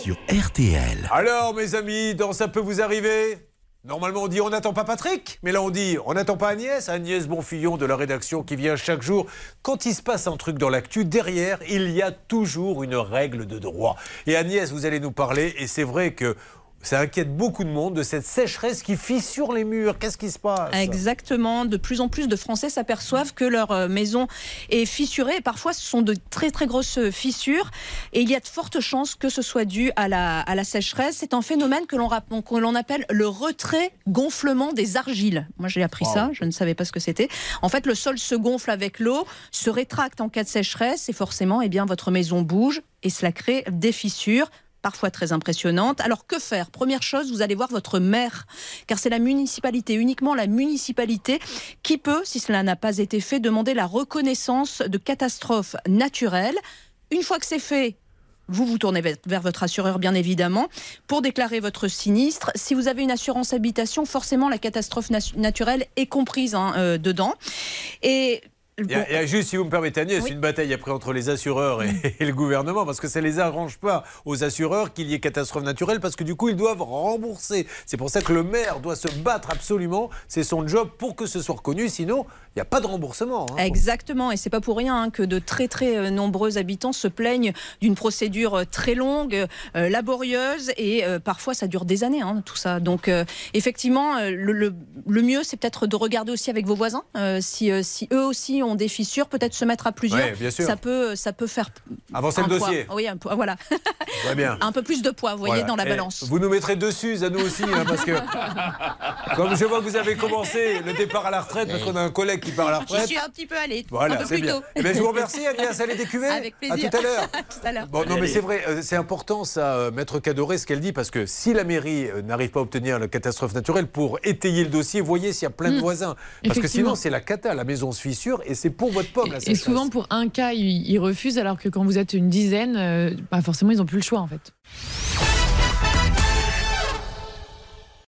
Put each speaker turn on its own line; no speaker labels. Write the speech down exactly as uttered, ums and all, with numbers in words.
sur R T L.
Alors mes amis, dans Ça peut vous arriver, normalement on dit on n'attend pas Patrick, mais là on dit on n'attend pas Agnès, Agnès Bonfillon de la rédaction qui vient chaque jour. Quand il se passe un truc dans l'actu, derrière il y a toujours une règle de droit. Et Agnès, vous allez nous parler, et c'est vrai que ça inquiète beaucoup de monde, de cette sécheresse qui fissure les murs. Qu'est-ce qui se passe?
Exactement. De plus en plus de Français s'aperçoivent que leur maison est fissurée. Et parfois, ce sont de très très grosses fissures. Et il y a de fortes chances que ce soit dû à la, à la sécheresse. C'est un phénomène que l'on, que l'on appelle le retrait-gonflement des argiles. Moi, j'ai appris wow. ça. Je ne savais pas ce que c'était. En fait, le sol se gonfle avec l'eau, se rétracte en cas de sécheresse. Et forcément, eh bien, votre maison bouge et cela crée des fissures, parfois très impressionnante. Alors que faire? Première chose, vous allez voir votre maire, car c'est la municipalité, uniquement la municipalité, qui peut, si cela n'a pas été fait, demander la reconnaissance de catastrophe naturelle. Une fois que c'est fait, vous vous tournez vers votre assureur, bien évidemment, pour déclarer votre sinistre. Si vous avez une assurance habitation, forcément, la catastrophe nat- naturelle est comprise hein, euh, dedans. Et
Il y, a, il y a juste, si vous me permettez Agnès, oui. une bataille après entre les assureurs et, et le gouvernement, parce que ça ne les arrange pas aux assureurs qu'il y ait catastrophe naturelle, parce que du coup ils doivent rembourser. C'est pour ça que le maire doit se battre absolument, c'est son job pour que ce soit reconnu, sinon il n'y a pas de remboursement. Hein.
Exactement, et c'est pas pour rien hein, que de très très nombreux habitants se plaignent d'une procédure très longue, euh, laborieuse, et euh, parfois ça dure des années hein, tout ça. Donc euh, effectivement, le, le, le mieux c'est peut-être de regarder aussi avec vos voisins, euh, si, euh, si eux aussi ont des fissures, peut-être se mettre à plusieurs,
ouais, bien sûr.
ça peut, ça peut faire
avancer le
poids.
dossier.
Oui, un, voilà.
Très bien.
Un peu plus de poids, vous voyez,
voilà.
dans la
Et
balance.
Vous nous mettrez dessus, à nous aussi, hein, parce que comme je vois que vous avez commencé le départ à la retraite, parce qu'on a un collègue qui part à la retraite.
Je suis un petit peu allée,
voilà,
un peu
c'est
plus
bien.
tôt.
Eh bien, je vous remercie, Agnès, allez décuver.
Avec plaisir.
À tout à l'heure.
tout à l'heure.
Bon, non, mais c'est vrai, c'est important ça, Maître Cadoré, ce qu'elle dit, parce que si la mairie n'arrive pas à obtenir la catastrophe naturelle pour étayer le dossier, voyez s'il y a plein de mmh. voisins. Parce que sinon, c'est la cata, la maison se fissure et c'est pour votre pomme.
Et, et souvent, pour un cas, ils, ils refusent, alors que quand vous êtes une dizaine, euh, bah forcément, ils n'ont plus le choix, en fait.